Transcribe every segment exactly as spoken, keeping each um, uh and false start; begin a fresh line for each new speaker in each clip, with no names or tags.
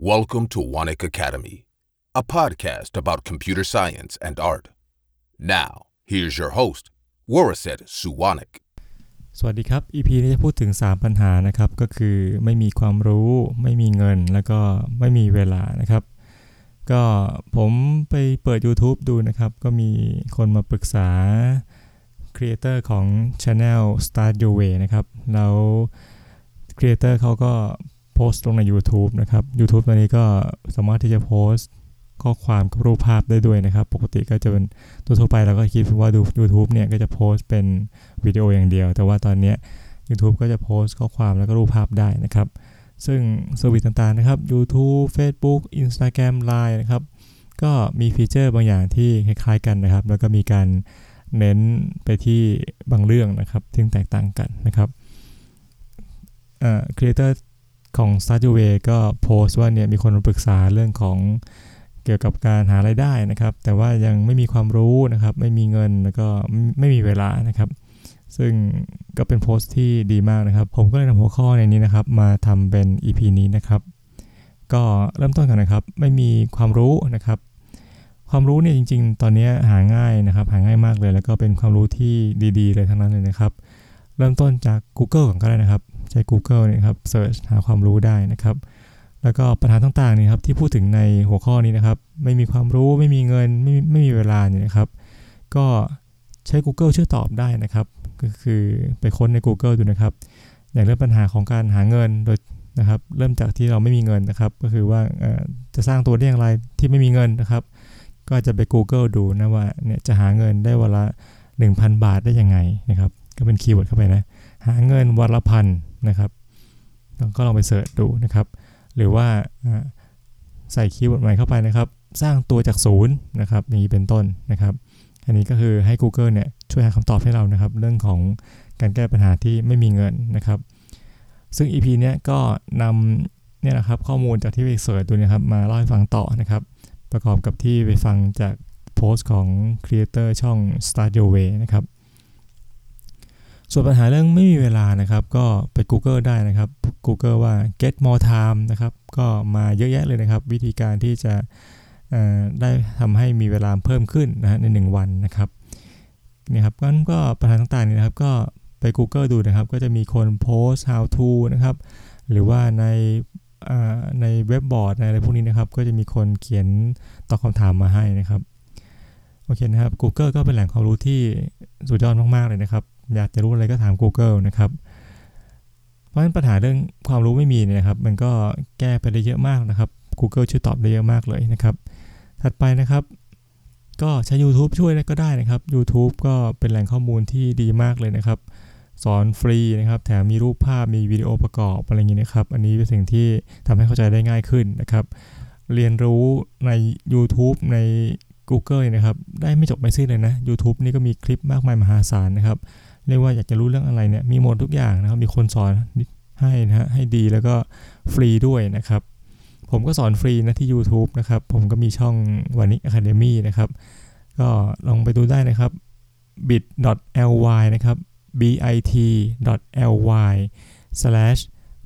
Welcome to Wanik Academy, a podcast about computer science and art. Now, here's your host, Waraset Suwanik.
สวัสดีครับ อี พี นี้จะพูดถึงสามปัญหานะครับก็คือไม่มีความรู้ไม่มีเงินแล้วก็ไม่มีเวลานะครับก็ผมไปเปิด YouTube ดูนะครับก็มีคนมาปรึกษาครีเอเตอร์ของ Channel Start Your Way นะครับแล้วครีเอเตอร์เขาก็โพสต์ลงใน YouTube นะครับ YouTube ตอนนี้ก็สามารถที่จะโพสต์ข้อความกับรูปภาพได้ด้วยนะครับปกติก็จะเป็นตัวทั่วไปเราก็คิดว่าดู YouTube เนี่ยก็จะโพสต์เป็นวิดีโออย่างเดียวแต่ว่าตอนนี้ YouTube ก็จะโพสต์ข้อความแล้วก็รูปภาพได้นะครับซึ่งเซอร์วิสต่างๆนะครับ YouTube Facebook Instagram ไลน์ นะครับก็มีฟีเจอร์บางอย่างที่คล้ายๆกันนะครับแล้วก็มีการเน้นไปที่บางเรื่องนะครับที่แตกต่างกันนะครับเอ่อครีเอเตอร์ของ Start Your Way ก็โพสต์ว่าเนี่ยมีคนมาปรึกษาเรื่องของเกี่ยวกับการหารายได้นะครับแต่ว่ายังไม่มีความรู้นะครับไม่มีเงินแล้วก็ไม่มีเวลานะครับซึ่งก็เป็นโพสต์ที่ดีมากนะครับผมก็เลยนำหัวข้อในนี้นะครับมาทำเป็น อี พี นี้นะครับก็เริ่มต้นกันนะครับไม่มีความรู้นะครับความรู้เนี่ยจริงๆตอนนี้หาง่ายนะครับหาง่ายมากเลยแล้วก็เป็นความรู้ที่ดีๆเลยทั้งนั้นเลยนะครับเริ่มต้นจาก Google ก่อนก็ได้นะครับใช้ Google เนี่ยครับเสิร์ชหาความรู้ได้นะครับแล้วก็ปัญหาต่างๆนี่ครับที่พูดถึงในหัวข้อนี้นะครับไม่มีความรู้ไม่มีเงินไม่ไม่มีเวลาเนี่ยนะครับก็ใช้ Google ช่วยตอบได้นะครับก็คือไปค้นใน Google ดูนะครับอย่างเรื่องปัญหาของการหาเงินโดยนะครับเริ่มจากที่เราไม่มีเงินนะครับก็คือว่าจะสร้างตัวได้อย่างไรที่ไม่มีเงินนะครับก็จะไป Google ดูนะว่าเนี่ยจะหาเงินได้วันละ หนึ่งพัน บาทได้ยังไงนะครับก็เป็นคีย์เวิร์ดเข้าไปนะหาเงินวันละพันนะครับก็ลองไปเสิร์ชดูนะครับหรือว่าใส่คีย์เวิร์ดใหม่เข้าไปนะครับสร้างตัวจากศูนย์นะครับอย่างนี้เป็นต้นนะครับอันนี้ก็คือให้ Google เนี่ยช่วยหาคำตอบให้เรานะครับเรื่องของการแก้ปัญหาที่ไม่มีเงินนะครับซึ่ง อี พี เนี้ยก็นำเนี่ยนะครับข้อมูลจากที่ไปเสิร์ชดูนะครับมาเล่าให้ฟังต่อนะครับประกอบกับที่ไปฟังจากโพสต์ของครีเอเตอร์ช่อง Start Your Way นะครับส่วนปัญหาเรื่องไม่มีเวลานะครับก็ไป Google ได้นะครับ Google ว่า get more time นะครับก็มาเยอะแยะเลยนะครับวิธีการที่จะได้ทำให้มีเวลาเพิ่มขึ้นนะฮะในหนึ่งวันนะครับนี่ครับงั้นก็ปัญหาต่างๆนี่นะครับก็ไป Google ดูนะครับก็จะมีคนโพสต์ how to นะครับหรือว่าในในเว็บบอร์ดในอะไรพวกนี้นะครับก็จะมีคนเขียนตอบคำถามมาให้นะครับโอเคนะครับ Google ก็เป็นแหล่งความรู้ที่สุดยอดมากๆเลยนะครับอยากจะรู้อะไรก็ถาม Google นะครับเพราะฉะนั้นปัญหาเรื่องความรู้ไม่มีเนี่ยนะครับมันก็แก้ไปได้เยอะมากนะครับ Google ช่วยตอบได้เยอะมากเลยนะครับถัดไปนะครับก็ใช้ YouTube ช่วยก็ได้นะครับ YouTube ก็เป็นแหล่งข้อมูลที่ดีมากเลยนะครับสอนฟรีนะครับแถมมีรูปภาพมีวิดีโอประกอบอะไรอย่างนี้นะครับอันนี้เป็นสิ่งที่ทำให้เข้าใจได้ง่ายขึ้นนะครับเรียนรู้ใน YouTube ใน Google เนี่ยนะครับได้ไม่จบไม่สิ้นเลยนะ YouTube นี่ก็มีคลิปมากมายมหาศาลนะครับเรียกว่าอยากจะรู้เรื่องอะไรเนี่ยมีหมดทุกอย่างนะครับมีคนสอนให้นะฮะให้ดีแล้วก็ฟรีด้วยนะครับผมก็สอนฟรีนะที่ YouTube นะครับผมก็มีช่อง Wanik Academy นะครับก็ลองไปดูได้นะครับ bit.ly นะครับ bit.ly slash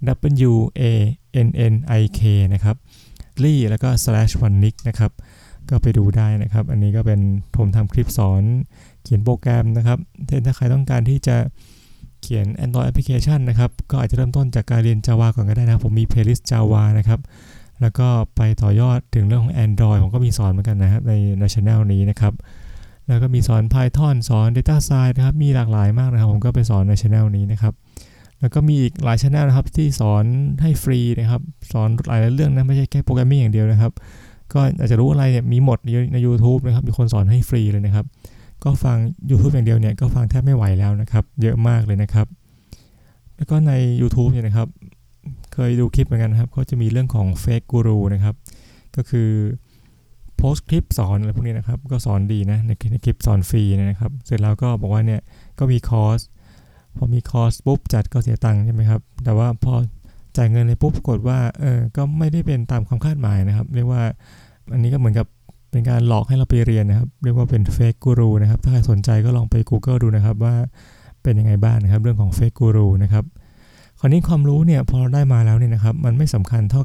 wanik นะครับลี่ แล้วก็ slash wanik นะครับก็ไปดูได้นะครับอันนี้ก็เป็นผมทำคลิปสอนเขียนโปรแกรมนะครับถ้าใครต้องการที่จะเขียน Android application นะครับก็อาจจะเริ่มต้นจากการเรียน Java ก่อนก็ได้นะครับผมมี playlist Java นะครับแล้วก็ไปต่อยอดถึงเรื่องของ Android ผมก็มีสอนเหมือนกันนะครับในใน channel นี้นะครับแล้วก็มีสอน Python สอน Data Science นะครับมีหลากหลายมากนะครับผมก็ไปสอนใน channel นี้นะครับแล้วก็มีอีกหลาย channel นะครับที่สอนให้ฟรีนะครับสอนหลายเรื่องนะไม่ใช่แค่โปรแกรมมิ่งอย่างเดียวนะครับก็อาจจะรู้อะไรเนี่ยมีหมดใน YouTube นะครับมีคนสอนให้ฟรีเลยนะครับก็ฟัง YouTube อย่างเดียวเนี่ยก็ฟังแทบไม่ไหวแล้วนะครับเยอะมากเลยนะครับแล้วก็ใน YouTube เนี่ยนะครับเคยดูคลิปเหมือนกันนะครับก็จะมีเรื่องของ Fake Guru นะครับก็คือโพสต์คลิปสอนอะไรพวกนี้นะครับก็สอนดีนะในคลิปสอนฟรีนะครับเสร็จแล้วก็บอกว่าเนี่ยก็มีคอร์สพอมีคอร์สปุ๊บจัดก็เสียตังค์ใช่ไหมครับแต่ว่าพอจ่ายเงินเลยปุ๊บปรากฏว่าเออก็ไม่ได้เป็นตามความคาดหมายนะครับเรียกว่าอันนี้ก็เหมือนกับเป็นการหลอกให้เราไปเรียนนะครับเรียกว่าเป็น Fake Guru นะครับถ้าใครสนใจก็ลองไป Google ดูนะครับว่าเป็นยังไงบ้างนะครับเรื่องของ Fake Guru นะครับคราวนี้ความรู้เนี่ยพอเราได้มาแล้วเนี่ยนะครับมันไม่สำคัญเท่ากับ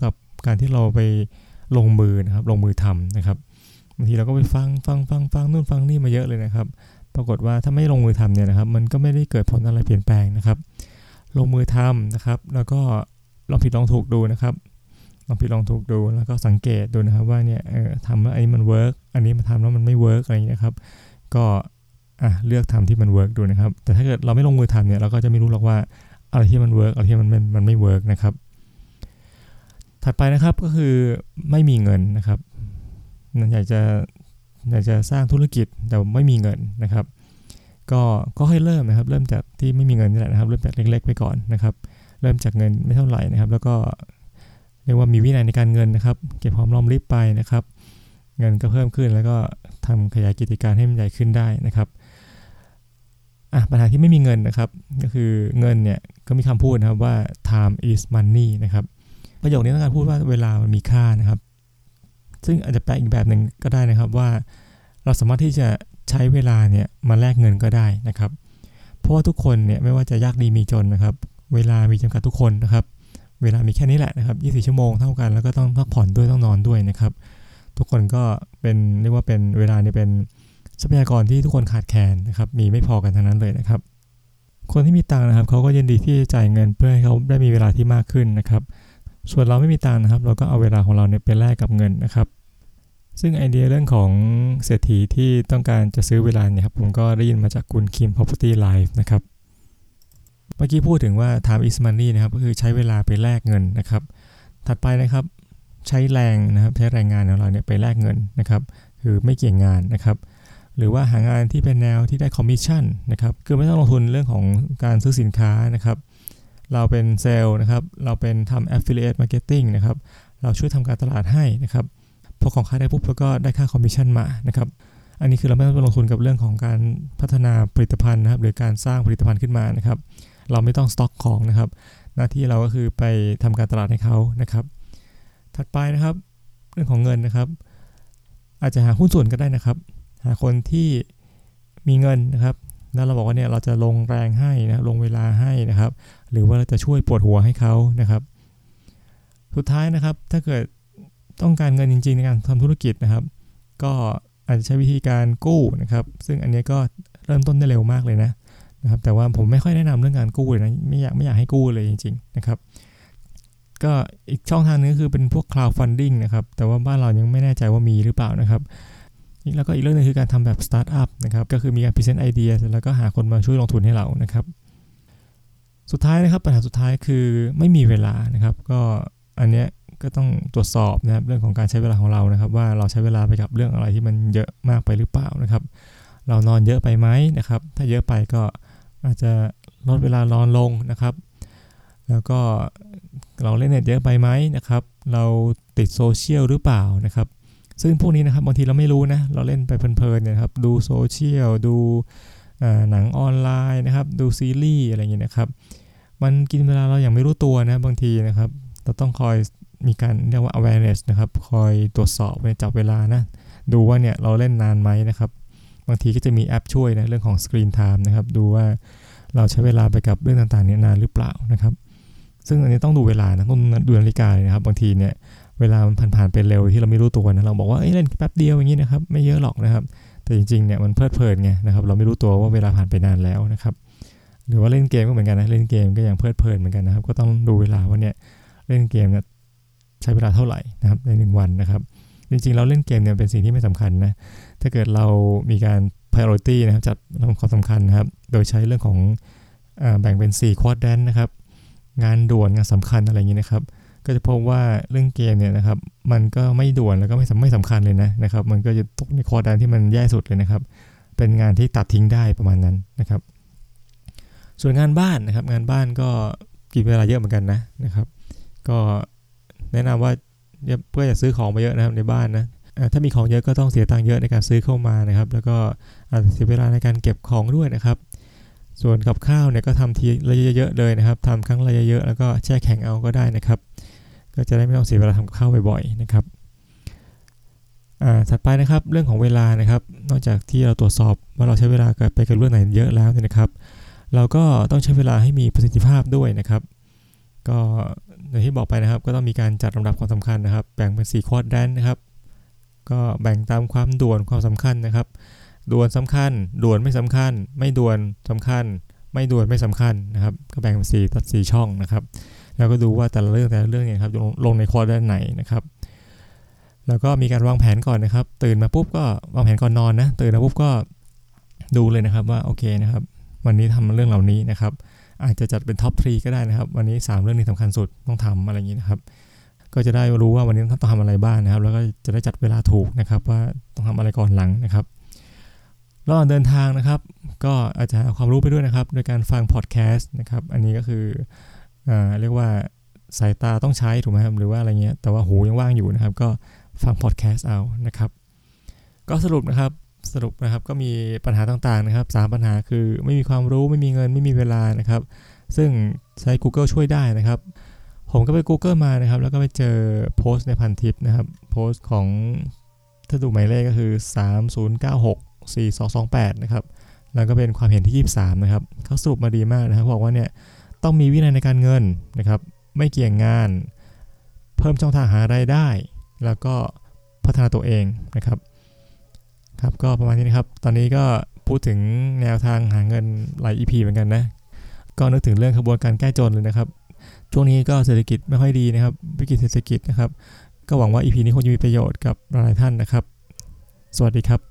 การที่เราไปลงมือนะครับลงมือทำนะครับบางทีเราก็ไปฟังฟังฟังฟังนู่นฟังนี่มาเยอะเลยนะครับปรากฏว่าถ้าไม่ลงมือทำเนี่ยนะครับมันก็ไม่ได้เกิดผลอะไรเปลี่ยนแปลงนะครับลงมือทำนะครับแล้วก็ลองผิดลองถูกดูนะครับลองผิดลองถูกดูแล้วก็สังเกตดูนะครับว่าเนี่ยเออทำแล้วอันนี้มันเวิร์กอันนี้มาทำแล้วมันไม่เวิร์กอะไรอย่างเงี้ยครับก็อ่ะเลือกทำที่มันเวิร์กดูนะครับแต่ถ้าเกิดเราไม่ลงมือทำเนี่ยเราก็จะไม่รู้หรอกว่าอะไรที่มันเวิร์กอะไรที่มันมันมันไม่เวิร์กนะครับถัดไปนะครับก็คือไม่มีเงินนะครับอยากจะอยากจะสร้างธุรกิจแต่ไม่มีเงินนะครับก็ก็ให้เริ่มนะครับเริ่มจากที่ไม่มีเงินนี่แหละนะครับเริ่มจากเล็กๆไปก่อนนะครับเริ่มจากเงินไม่เท่าไหร่นะครับแล้วก็เรียกว่ามีวินัยในการเงินนะครับเก็บหอมรอมริบไปนะครับเงินก็เพิ่มขึ้นแล้วก็ทำขยายกิจการให้มันใหญ่ขึ้นได้นะครับอ่ะปัญหาที่ไม่มีเงินนะครับก็คือเงินเนี่ยก็มีคำพูดนะครับว่า time is money นะครับประโยคนี้ต้องการพูดว่าเวลามันมีค่านะครับซึ่งอาจจะแปลอีกแบบหนึ่งก็ได้นะครับว่าเราสามารถที่จะใช้เวลาเนี่ยมาแลกเงินก็ได้นะครับเพราะว่าทุกคนเนี่ยไม่ว่าจะยากดีมีจนนะครับเวลามีจำกัดทุกคนนะครับเวลามีแค่นี้แหละนะครับยี่สิบสี่ชั่วโมงเท่ากันแล้วก็ต้องพักผ่อนด้วยต้องนอนด้วยนะครับทุกคนก็เป็นเรียกว่าเป็นเวลาเนี่ยเป็นทรัพยากรที่ทุกคนขาดแคลนนะครับมีไม่พอกันทั้งนั้นเลยนะครับคนที่มีตังค์นะครับเขาก็ยินดีที่จะจ่ายเงินเพื่อให้เขาได้มีเวลาที่มากขึ้นนะครับส่วนเราไม่มีตังค์นะครับเราก็เอาเวลาของเราเนี่ยไปแลกกับเงินนะครับซึ่งไอเดียเรื่องของเศรษฐีที่ต้องการจะซื้อเวลาเนี่ยครับผมก็ได้ยินมาจากคุณคิม Property Life นะครับเมื่อกี้พูดถึงว่า time is money นะครับก็คือใช้เวลาไปแลกเงินนะครับถัดไปนะครับใช้แรงนะครับใช้แรงงานของเราเนี่ยไปแลกเงินนะครับคือไม่เกี่ยงงานนะครับหรือว่าหางานที่เป็นแนวที่ได้คอมมิชชั่นนะครับคือไม่ต้องลงทุนเรื่องของการซื้อสินค้านะครับเราเป็นเซลล์นะครับเราเป็นทำ affiliate marketing นะครับเราช่วยทำการตลาดให้นะครับพอของขายได้ปุ๊บแล้วก็ได้ค่าคอมมิชชั่นมานะครับอันนี้คือเราไม่ต้องลงทุนกับเรื่องของการพัฒนาผลิตภัณฑ์นะครับหรือการสร้างผลิตภัณฑ์ขึ้นมานะครับเราไม่ต้องสต็อกของนะครับหน้าที่เราก็คือไปทำการตลาดให้เขานะครับถัดไปนะครับเรื่องของเงินนะครับอาจจะหาหุ้นส่วนก็ได้นะครับหาคนที่มีเงินนะครับแล้วเราบอกว่าเนี่ยเราจะลงแรงให้นะลงเวลาให้นะครับหรือว่าเราจะช่วยปวดหัวให้เขานะครับสุดท้ายนะครับถ้าเกิดต้องการเงินจริงๆในการทำธุรกิจนะครับก็อาจจะใช้วิธีการกู้นะครับซึ่งอันนี้ก็เริ่มต้นได้เร็วมากเลยนะนะครับแต่ว่าผมไม่ค่อยแนะนำเรื่องการกู้เลยนะไม่อยากไม่อยากให้กู้เลยจริงๆนะครับก็อีกช่องทางนึงก็คือเป็นพวก crowdfunding นะครับแต่ว่าบ้านเรายังไม่แน่ใจว่ามีหรือเปล่านะครับแล้วก็อีกเรื่องนึงคือการทำแบบสตาร์ทอัพนะครับก็คือมีการพรีเซนต์ไอเดียแล้วก็หาคนมาช่วยลงทุนให้เรานะครับสุดท้ายนะครับปัญหาสุดท้ายคือไม่มีเวลานะครับก็อันเนี้ยก็ต้องตรวจสอบนะครับเรื่องของการใช้เวลาของเรานะครับว่าเราใช้เวลาไปกับเรื่องอะไรที่มันเยอะมากไปหรือเปล่านะครับเรานอนเยอะไปไหมนะครับถ้าเยอะไปก็อาจจะลดเวลานอนลงนะครับแล้วก็เราเล่นเน็ตเยอะไปไหมนะครับเราติดโซเชียลหรือเปล่านะครับซึ่งพวกนี้นะครับบางทีเราไม่รู้นะเราเล่นไปเพลินๆเนี่ยครับดูโซเชียลดูหนังออนไลน์นะครับดูซีรีส์อะไรอย่างเงี้ยนะครับมันกินเวลาเราอย่างไม่รู้ตัวนะบางทีนะครับเราต้องคอยมีการเรียกว่า awareness นะครับคอยตรวจสอบไปจับเวลานะดูว่าเนี่ยเราเล่นนานไหมนะครับบางทีก็จะมีแอปช่วยนะเรื่องของ screen time นะครับดูว่าเราใช้เวลาไปกับเรื่องต่างๆเนี่ยนานหรือเปล่านะครับซึ่งอันนี้ต้องดูเวลานะต้องดูนาฬิกาเลยนะครับบางทีเนี่ยเวลามันผ่านๆไปเร็วที่เราไม่รู้ตัวนะเราบอกว่าเอ้ยเล่นแป๊บเดียวอย่างนี้นะครับไม่เยอะหรอกนะครับแต่จริงๆเนี่ยมันเพลิดเพลินไงนะครับเราไม่รู้ตัวว่าเวลาผ่านไปนานแล้วนะครับหรือว่าเล่นเกมก็เหมือนกันนะเล่นเกมก็ยังเพลิดเพลินเหมือนกันนะครับก็ต้องดูเวลาว่าเนี่ยเล่นเกมเนี่ยใช้เวลาเท่าไหร่นะครับในหนึ่งวันนะครับจริงๆเราเล่นเกมเนี่ยเป็นสิ่งที่ไม่สำคัญนะถ้าเกิดเรามีการ priority นะครับจัดลำดับความสำคัญนะครับโดยใช้เรื่องของอ่าแบ่งเป็นสี่ quadrant นะครับงานด่วนงานสำคัญอะไรอย่างนี้นะครับก็จะพบว่าเรื่องเกมเนี่ยนะครับมันก็ไม่ด่วนแล้วก็ไม่ไม่สำคัญเลยนะนะครับมันก็จะตกใน quadrant ที่มันแย่สุดเลยนะครับเป็นงานที่ตัดทิ้งได้ประมาณนั้นนะครับส่วนงานบ้านนะครับงานบ้านก็กินเวลาเยอะเหมือนกันนะนะครับก็แนะนำว่าเพื่อจะซื้อของมาเยอะนะครับในบ้านนะถ้ามีของเยอะก็ต้องเสียตังค์เยอะในการซื้อเข้ามานะครับแล้วก็อาจจะเสียเวลาในการเก็บของด้วยนะครับส่วนกับข้าวเนี่ยก็ทำทีละเยอะๆเลยนะครับทำครั้งละเยอะๆแล้วก็แช่แข็งเอาก็ได้นะครับก็จะได้ไม่ต้องเสียเวลาทำกับข้าวบ่อยๆนะครับอ่าถัดไปนะครับเรื่องของเวลานะครับนอกจากที่เราตรวจสอบว่าเราใช้เวลาไปกับเรื่องไหนเยอะแล้วเนี่ยนะครับเราก็ต้องใช้เวลาให้มีประสิทธิภาพด้วยนะครับก็อย่างที่บอกไปนะครับก็ต้องมีการจัดลำดับความสำคัญนะครับแบ่งเป็นสี่ควอดแรนต์นะครับก็แบ่งตามความด่วนความสำคัญนะครับด่วนสำคัญด่วนไม่สำคัญไม่ด่วนสำคัญไม่ด่วนไม่สำคัญนะครับก็แบ่งเป็นสี่ตัดสี่ช่องนะครับแล้วก็ดูว่าแต่ละเรื่องแต่ละเรื่องเนี่ยครับลงในควอดแรนต์ไหนนะครับแล้วก็มีการวางแผนก่อนนะครับตื่นมาปุ๊บก็วางแผนก่อนนอนนะตื่นมาปุ๊บก็ดูเลยนะครับว่าโอเคนะครับวันนี้ทำเรื่องเหล่านี้นะครับอาจจะจัดเป็นท็อปสามก็ได้นะครับวันนี้สามเรื่องนี้สำคัญสุดต้องทำอะไรอย่างนี้นะครับก็จะได้รู้ว่าวันนี้ต้องทำอะไรบ้าง นะครับแล้วก็จะได้จัดเวลาถูกนะครับว่าต้องทำอะไรก่อนหลังนะครับระหว่างเดินทางนะครับก็อาจจะเอาความรู้ไปด้วยนะครับโดยการฟังพอดแคสต์นะครับอันนี้ก็คืออ่าเรียกว่าสายตาต้องใช้ถูกไหมครับหรือว่าอะไรเงี้ยแต่ว่าหูยังว่างอยู่นะครับก็ฟังพอดแคสต์เอานะครับก็สรุปนะครับสรุปนะครับก็มีปัญหาต่างๆนะครับสามปัญหาคือไม่มีความรู้ไม่มีเงินไม่มีเวลานะครับซึ่งใช้ Google ช่วยได้นะครับผมก็ไป Google มานะครับแล้วก็ไปเจอโพสต์ในพันทิปนะครับโพสต์ของถ้าดูหมายเลขก็คือสามศูนย์เก้าหก สี่สองสองแปดนะครับแล้วก็เป็นความเห็นที่ยี่สิบสามนะครับเขาสรุปมาดีมากนะครับบอกว่าเนี่ยต้องมีวินัยในการเงินนะครับไม่เกี่ยงงานเพิ่มช่องทางหารายได้แล้วก็พัฒนาตัวเองนะครับครับก็ประมาณนี้นะครับตอนนี้ก็พูดถึงแนวทางหาเงินหลาย อี พี เหมือนกันนะก็นึกถึงเรื่องขบวนการแก้จนเลยนะครับช่วงนี้ก็เศรษฐกิจไม่ค่อยดีนะครับวิกฤตเศรษฐกิจนะครับก็หวังว่า อี พี นี้คงจะมีประโยชน์กับหลายท่านนะครับสวัสดีครับ